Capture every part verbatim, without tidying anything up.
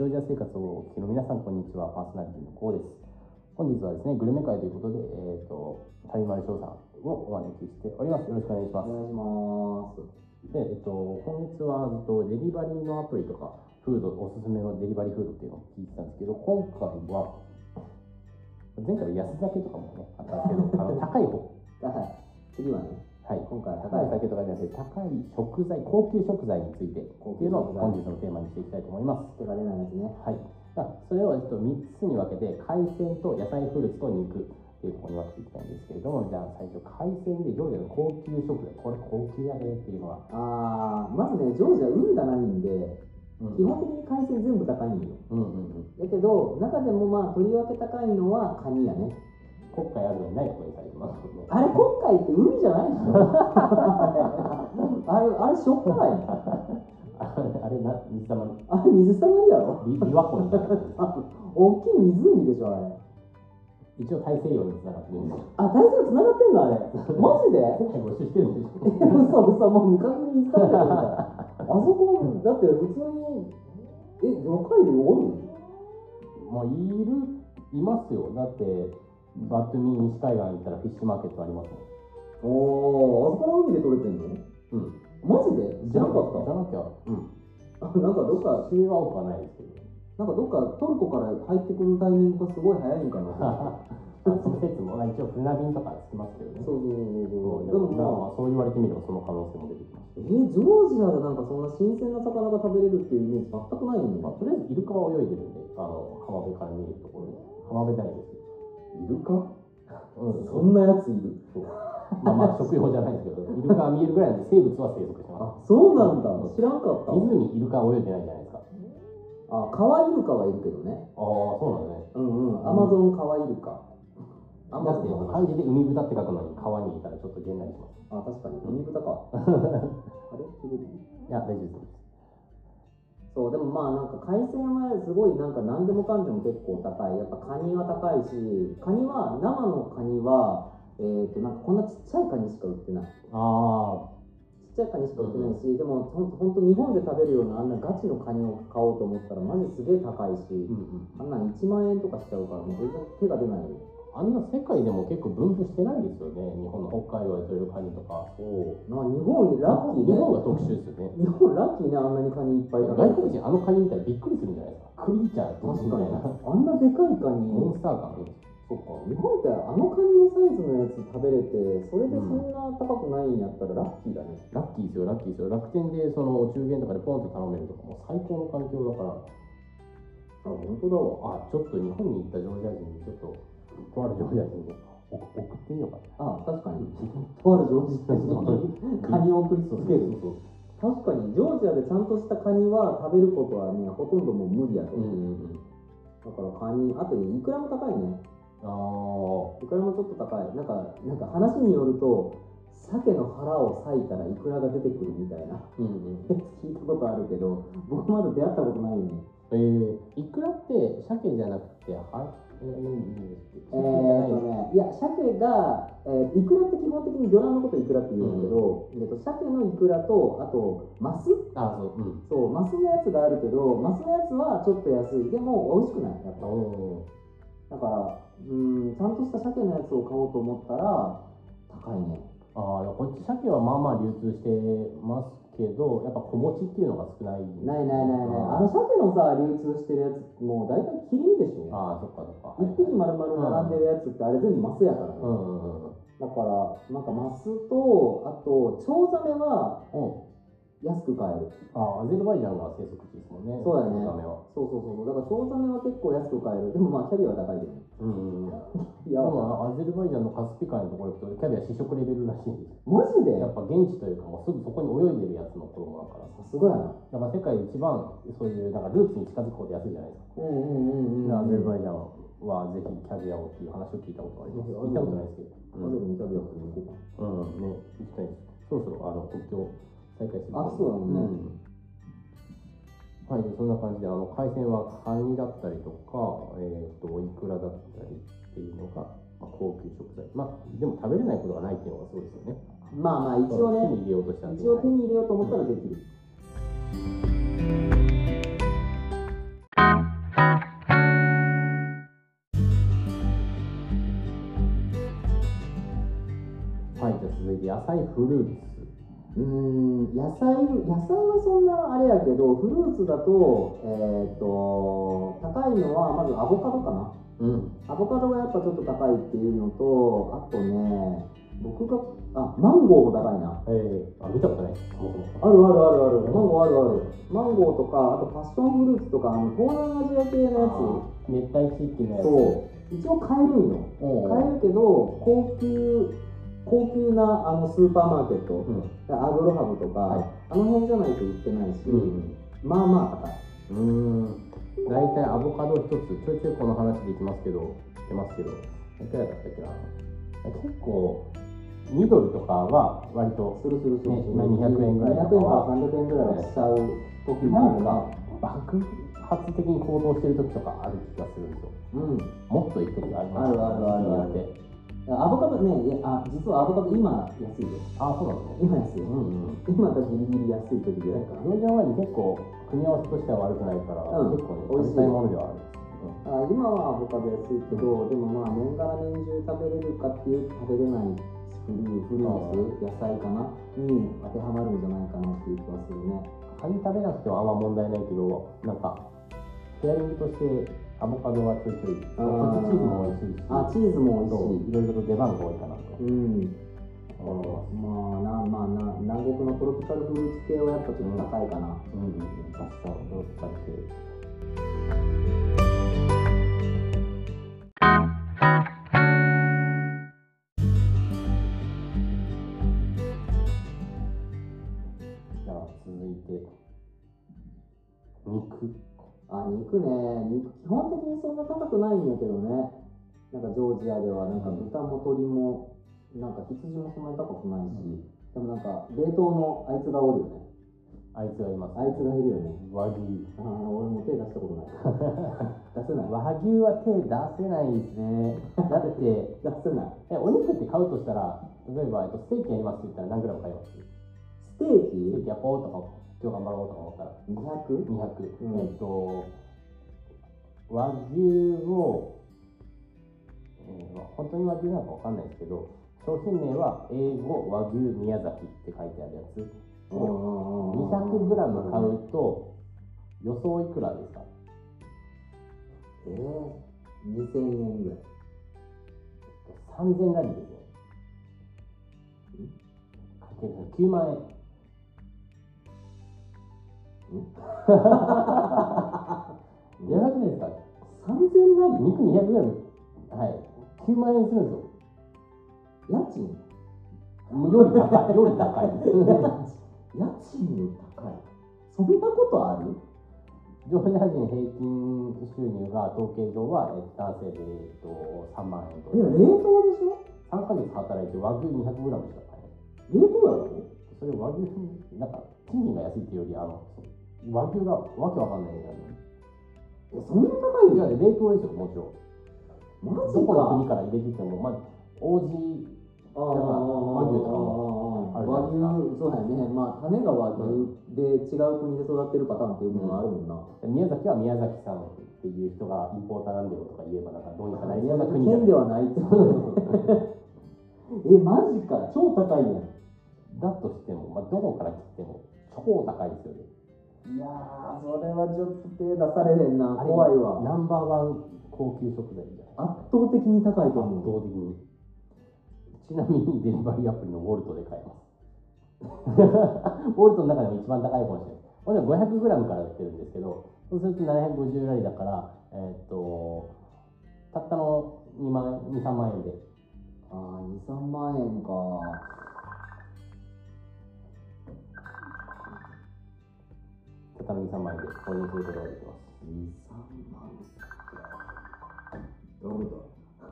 ジョージア生活をお聞きの皆さん、こんにちは。パーソナリティのコウです。本日はですね、グルメ会ということで、えっ、ー、と、旅丸翔さんをお招きしております。よろしくお願いします。 お願いします。 で、えっ、ー、と、今月はずっとデリバリーのアプリとか、フード、おすすめのデリバリーフードっていうのを聞いてたんですけど、今回は、前回は安酒とかもね、あったんですけど、あの高い方。 はい。次はね、 はい、 今回は高い酒とかじゃなくて、高い食材、高級食材についてっていうのを本日のテーマにしていきたいと思います。 手が出ないやつね。 はい。それをちょっとみっつに分けて、海鮮と野菜フルーツと肉っていうところに分けていきたいんですけれども、じゃあ最初、海鮮でジョージアの高級食材、これ高級やでっていうのは。 あー、まずね、ジョージア海がないんで、うん、基本的に海鮮全部高いんよ。うんうんうん。だけど、中でもまあ、とりわけ高いのはカニやね。 黒海あるのにないことにされてますね。 あれ、黒海って海じゃないでしょあれ、あれ、しょっからいあれ、な、水たまり。 あれ、水たまりやろび琵琶湖みたいな。 大きい湖でしょ、あれ。 一応、大西洋につながってるんですよ。 あ、大西洋つながってんのあれ。マジで世界募集してるんでしょ。 嘘嘘、もう見かけに水たまりやろ。あそこ、だって普通に、え、魚介類おるまあ、いる、いますよ。だって、バットミー西海岸行ったらフィッシュマーケットありますもん。おー、あそこの海で取れてんの？うん。マジで？知らなかった。 じゃなきゃ、うん。 あ、なんかどっか、 シーは多くはないですけど。 なんかどっかトルコから入ってくるタイミングがすごい早いんかな。 その説も、一応船便とかつきますけどね。 そうそうそうそう。でもまあ、そう言われてみればその可能性も出てきます。 えー、ジョージアでなんかそんな新鮮な魚が食べれるっていうイメージ全くないんだ。 まあ、とりあえずイルカは泳いでるんで、あの浜辺から見えるところで。浜辺ないですけど。イルカ？うん、そんなやついる。 そう。まあまあ食用じゃないですけど、イルカが見えるぐらいなんで生物は生息してます。 あ、そうなんだ。知らんかった。 湖にイルカは泳いでないじゃないですか。 あ、川イルカはいるけどね。 ああ、そうなんだね。 うんうん。アマゾン川イルカ。 アマゾンの漢字で海豚って書くのに川にいたらちょっとげんなりします。 あ、確かに。海豚か。あれ？ いや、大丈夫です。 そう、でもまあなんか海鮮はすごいなんか何でもかんでも結構高い。やっぱカニは高いし、カニは、生のカニは、えっとなんかこんなちっちゃいカニしか売ってない。ああ。ちっちゃいカニしか売ってないし、うん、でもほんとほんと日本で食べるようなあんなガチのカニを買おうと思ったらマジすげえ高いし、うんうん、あんなんいちまんえんとかしちゃうからもう全然手が出ないよ。 あんな世界でも結構分布してないんですよね。日本の北海道で取れるカニとか。 そうな、日本ラッキーね。 日本が特殊ですよね。 日本ラッキーね、あんなにカニいっぱい食べる。 外国人あのカニ見たらびっくりするんじゃないですか。クリーチャーとみたいな。あんなでかいカニ。 モンスター感あるんですよ。 そっか。日本ってあのカニのサイズのやつ食べれて、それでそんな高くないんやったらラッキーだね。 うん、ラッキーですよ、ラッキーですよ。楽天でそのお中元とかでポンと頼めるとかも最高の環境だから。 あ、本当だわ。 あ、ちょっと日本に行ったジョージア人にちょっととあるジョージア人に送ってみようかな。 あ、確かに。とあるジョージア人にカニを送りつける。確かにジョージアでちゃんとしたカニは食べることはね、ほとんどもう無理やと思う。うんうんうん、だからカニ、あとイクラも高いね。ああ。イクラもちょっと高い。なんか、なんか話によると、鮭の腹を裂いたらイクラが出てくるみたいな、うんうん、聞いたことあるけど、僕まだ出会ったことないよね。 えー、イクラって鮭じゃなくて腹えー、 えーとね、いや、鮭が、えー、イクラって基本的に魚卵のことイクラって言うんだけど、うん、えーと、鮭のイクラと、あと、マスあ、そう、うん、そう、マスのやつがあるけど、マスのやつはちょっと安い。でも、美味しくない、やっぱ。だから、うん、ちゃんとした鮭のやつを買おうと思ったら、高いね。ああ、こっち鮭はまあまあ流通してますけど、やっぱ小持ちっていうのが少ない。 ないないないない。あの鮭のさ、流通してるやつ、もう大体切り身でしょ。 ああ、そっかそっか。 一匹丸々並んでるやつってあれ全部マスやからね。うんうんうん、だから、なんかマスと、あと、チョウザメは、うん、安く買える。 ああ、アゼルバイジャンが生息地ですもんね。 そうだね。チョウザメは。そうそうそう。だからチョウザメは結構安く買える。でもまあキャビアは高いけどね。うんうん。 いや、でもアゼルバイジャンのカスピ海のところ行くとキャビア試食レベルらしいんです。 マジで？ やっぱ現地というかもうすぐそこに泳いでるやつの衣だから。 さすがやな。 だから世界で一番そういうなんかルーツに近づくほど安いじゃないですか。うんうんうんうん。アゼルバイジャンはぜひキャビアをっていう話を聞いたことがあります。行ったことないですけど。 アゼルにキャビアって行こうか。 うんね、行きたいです。そろそろあの国境再開する。 あ、そうだもんね。 はい、そんな感じで、あの海鮮はカニだったりとか、えー、とイクラだったりっていうのが、まあ、高級食材。まあ、でも食べれないことがないっていうのがすごいですよね。 まあまあ、一応ね、 手に入れようとしたら一応手に入れようと思ったらできる。うん菜フルーツ。 うーん野菜野菜はそんなあれやけど、フルーツだとえっ、ー、と高いのはまずアボカドかな。 うん、 アボカドがやっぱちょっと高いっていうのと、あとね僕があマンゴーも高いな。 えー、あ見たことないです。 あるあるあるある、マンゴーあるある。マンゴーとか、あとパッションフルーツとか、あの東南アジア系のやつ、 熱帯地域のやつ。 そう一応買えるんよ。買えるけど高級高級なあのスーパーマーケット、うん、アグロハブとか、はい、あの辺じゃないと売ってないし、うん、まあまあ高い。 うーん大体アボカド一つ、ちょいちょいこの話できますけど出ますけど、いくらだったっけな。結構にドルとかは割とするするする、ね、 今にひゃくえんぐらいとかはにひゃくえんからさんびゃくえんぐらいはしちゃう時もあるね。 爆発的に高騰してる時とかある気がするんですよ。うん、もっといく時あります。 あるあるあるある。アボカドね、いやあ実はアボカド今安いよ。 あ、そうなんですね。 今安い。うんうん、今だギリギリ安い時ぐらいか。 ジョージアワイン結構組み合わせとしては悪くないから、うん、結構ね美味しいものではあるんですよ。 あ今はアボカド安いけど、でもまあ年がら年中食べれるかっていうと食べれないフルフルーツ、野菜かなに当てはまるんじゃないかなっていう気はするね。 カニ食べなくてもあんま問題ないけど、なんかペアリングとしてアボカドはちょいちょい、こっちチーズも美味しいし、 あチーズも美味しい。 いろいろと出番が多いかなと。うん。 まあなまあな南国のトロピカルフルーツ系はやっぱちょっと高いかな。 うん。うん、確かにトロピカル系。続いて肉。 あ肉ね、肉基本的にそんな高くないんやけどね。なんかジョージアではなんか豚も鶏もなんか羊もそんなに高くないし、うん、でもなんか冷凍のあいつがおるよね。 あいつがいます、 ね、あいつがいるよね。 和牛。 ああ俺も手出したことない出せない。 和牛は手出せないですね。だって出せない。 えお肉って買うとしたら、例えば、えっと、ステーキやりますって言ったら何グラム買います？ ステーキ？ ステーキやポーとか今日頑張ろうとか思ったら にひゃく？ にひゃく、うん、えっと和牛を、えー、本当に和牛なのかわかんないですけど、商品名は英語和牛宮崎って書いてあるやつを にひゃくグラム 買うと予想いくらですか？ えー、にせんえんぐらい。 さんぜんラリーですね。かけるきゅうまんえん。やばくないですか？さんぜんラリー、肉 にひゃくグラム、はい、きゅうまんえんするんですよ。 家賃より高い、より高い。 家賃より高い。そんなことある？ ジョージア人平均収入が統計上は、えー、男性で、えー、とさんまんえんと。 いや、冷凍でしょ？ さん ヶ月働いて和牛 にひゃくグラム しか買えない。冷凍やろ？ それ和牛、なんか、賃金が安いっていうより、あの、和牛がわけわかんないんだよね。 え、そんな高いんだ。 いや、冷凍ですよ、もちろん。 マジか。 どこの国から入れてても、まあ、オージー、なんか和牛とかもあるじゃないですか。 和牛、そうだよね。まあ、種が和牛で違う国で育ってるパターンっていうものがあるもんな。 うん、宮崎は宮崎さんっていう人がインポーターなんだよとか言えば、なんかどうにかなりそうな国じゃない。県ではないってことね。え、マジか。超高いやん。 だとしても、まあ、どこから切っても超高いですよね。 いやー、それはちょっと手出されへんな。怖いわ。 ナンバーワン高級食材じゃない。 圧倒的に高いと思う。 圧倒的に。ちなみにデリバリーアプリのウォルトで買えます。ウォルトの中でも一番高いかもしれない。これは ごひゃくグラム から売ってるんですけど、そうするとななひゃくごじゅうラリーだから、えー、っとたったのにまんえん、に、さんまんえんで。 ああ、に、さんまんえんか。 たったのに、さんまんえんで購入することができます。 に、さんまんどうだ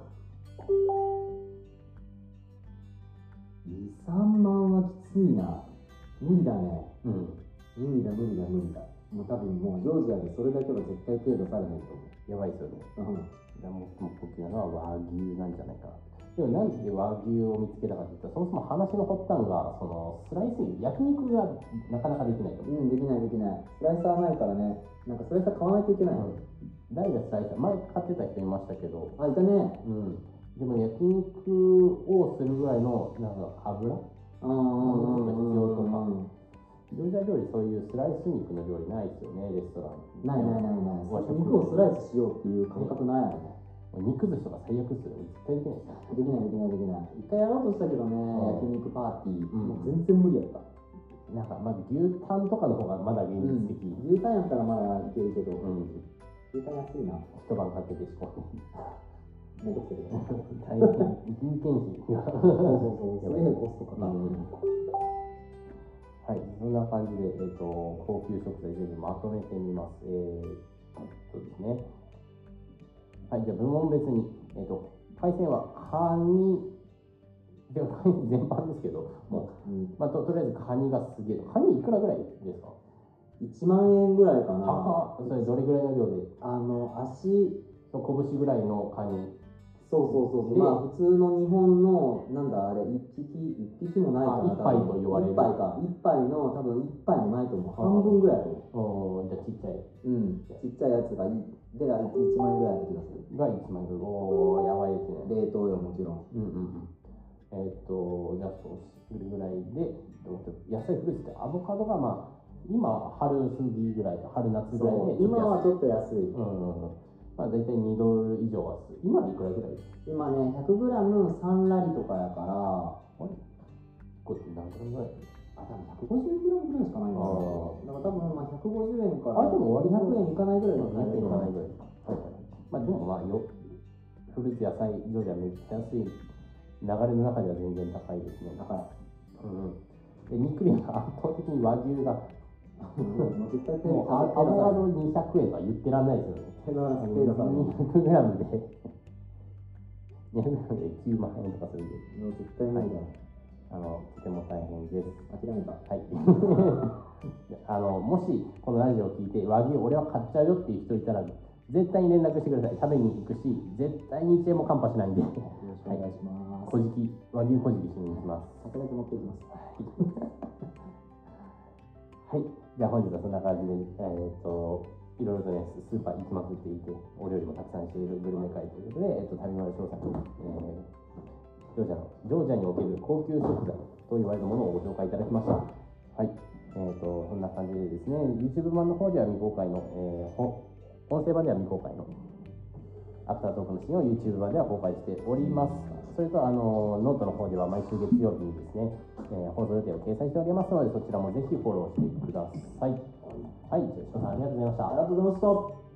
に、さんまんはきついな。無理だね。うん。無理だ無理だ無理だ。もう多分もうジョージアでそれだけは絶対手出されないと思う。 やばいですよね。 うん。 最も高級なのは和牛なんじゃないかな。でもなんで和牛を見つけたかといったら、そもそも話の発端がそのスライスに焼肉がなかなかできないと。 うん、できないできない。スライサーないからね。なんかスライサー買わないといけない。うん、 誰がスライサー前買ってた人いましたけど。 あ、いたね。 うん。でも焼肉をするぐらいのなんか油うんうんうん必要とか、ジョージア料理そういうスライス肉の料理ないですよね、レストラン。 ないないないない。 和食肉をスライスしようっていう感覚ないよね。 肉寿司とか最悪っすよ、絶対できないですよ。 できないできないできない。一回やろうとしたけどね、 うん焼肉パーティー、 うんもう全然無理やった。 なんかまず牛タンとかの方がまだ現実的。 うん、牛タンやったらまだいけるけど、 うん。 牛タン安いな。 一晩かけて仕込んで。 めんどくせえけど。 大変、人件費が。 そうそうそう、すげえコストかかる。 うんはい、そんな感じで、えーと、高級食材全部まとめてみます。えー、そうですね。はい、じゃあ部門別に、えーと、海鮮はカニ、でもカニ全般ですけど、もう、うん、まあ、と, とりあえずカニがすげえ。カニいくらぐらいですか？ いちまんえんぐらいかな。 高っ。それどれぐらいの量で？ あの、足、 そう拳ぐらいのカニ。 そうそうそうそう、まあ普通の日本のなんだあれ一匹一匹もないかな。 一杯と言われる。 一杯か一杯の多分一杯もないと思う。半分ぐらいだと思う。じゃあちっちゃい。 うん。ちっちゃいやつがいであれいちまん円ぐらいだった気がする。 がいちまん円。おーやばいですね。 冷凍よもちろん。 うんうんうん。えー、っとじゃあそうするぐらいで、野菜フルーツってアボカドがまあ今春過ぎぐらい春夏ぐらいで今はちょっと安い。 うん。まあ大体にドル以上はする。今いくらぐらいですか？ 今ね、ひゃくグラムさんラリとかやから、あれこれ何グラムぐらい？ あ、多分ひゃくごじゅうグラムぐらいしかないんだよ。だから多分まあひゃくごじゅうえんから、 あ、でも割にひゃくえんいかないぐらいのにひゃくえんいかないぐらいですか。はいはい。まあでもまあよ、フルーツ野菜、ジョージアめっちゃ安い流れの中では全然高いですね。高い。うん。で、肉類が圧倒的に和牛がもう絶対もうアボカドにひゃくえんとは言ってらんないですよね。にひゃくグラムでにひゃくグラムできゅうまんえんとかするんで、 もう絶対無理だ。 あのとても大変です。 諦めた。 はい。あのもしこのラジオを聞いて和牛俺は買っちゃうよっていう人いたら絶対に連絡してください。食べに行くし絶対にいちえんもカンパしないんで。よろしくお願いします。 小じき和牛小じきしに行きます。 酒だけ持っていきます。 はい。じゃあ本日はそんな感じで、えー、っといろいろとねスーパー行きまくっていてお料理もたくさんしているグルメ会ということで、えー、っと旅丸商作、えー、ジョージアのジョージアにおける高級食材と言われるものをご紹介いただきました。はい。えー、とそんな感じでですね、YouTube 版の方では未公開の、えー、音声版では未公開のアフタートークのシーンを YouTube 版では公開しております。それとあのノートの方では毎週月曜日にですね、えー、放送予定を掲載しておりますので、そちらもぜひフォローしてください。はい、じゃあ、翔さんありがとうございました。 ありがとうございました。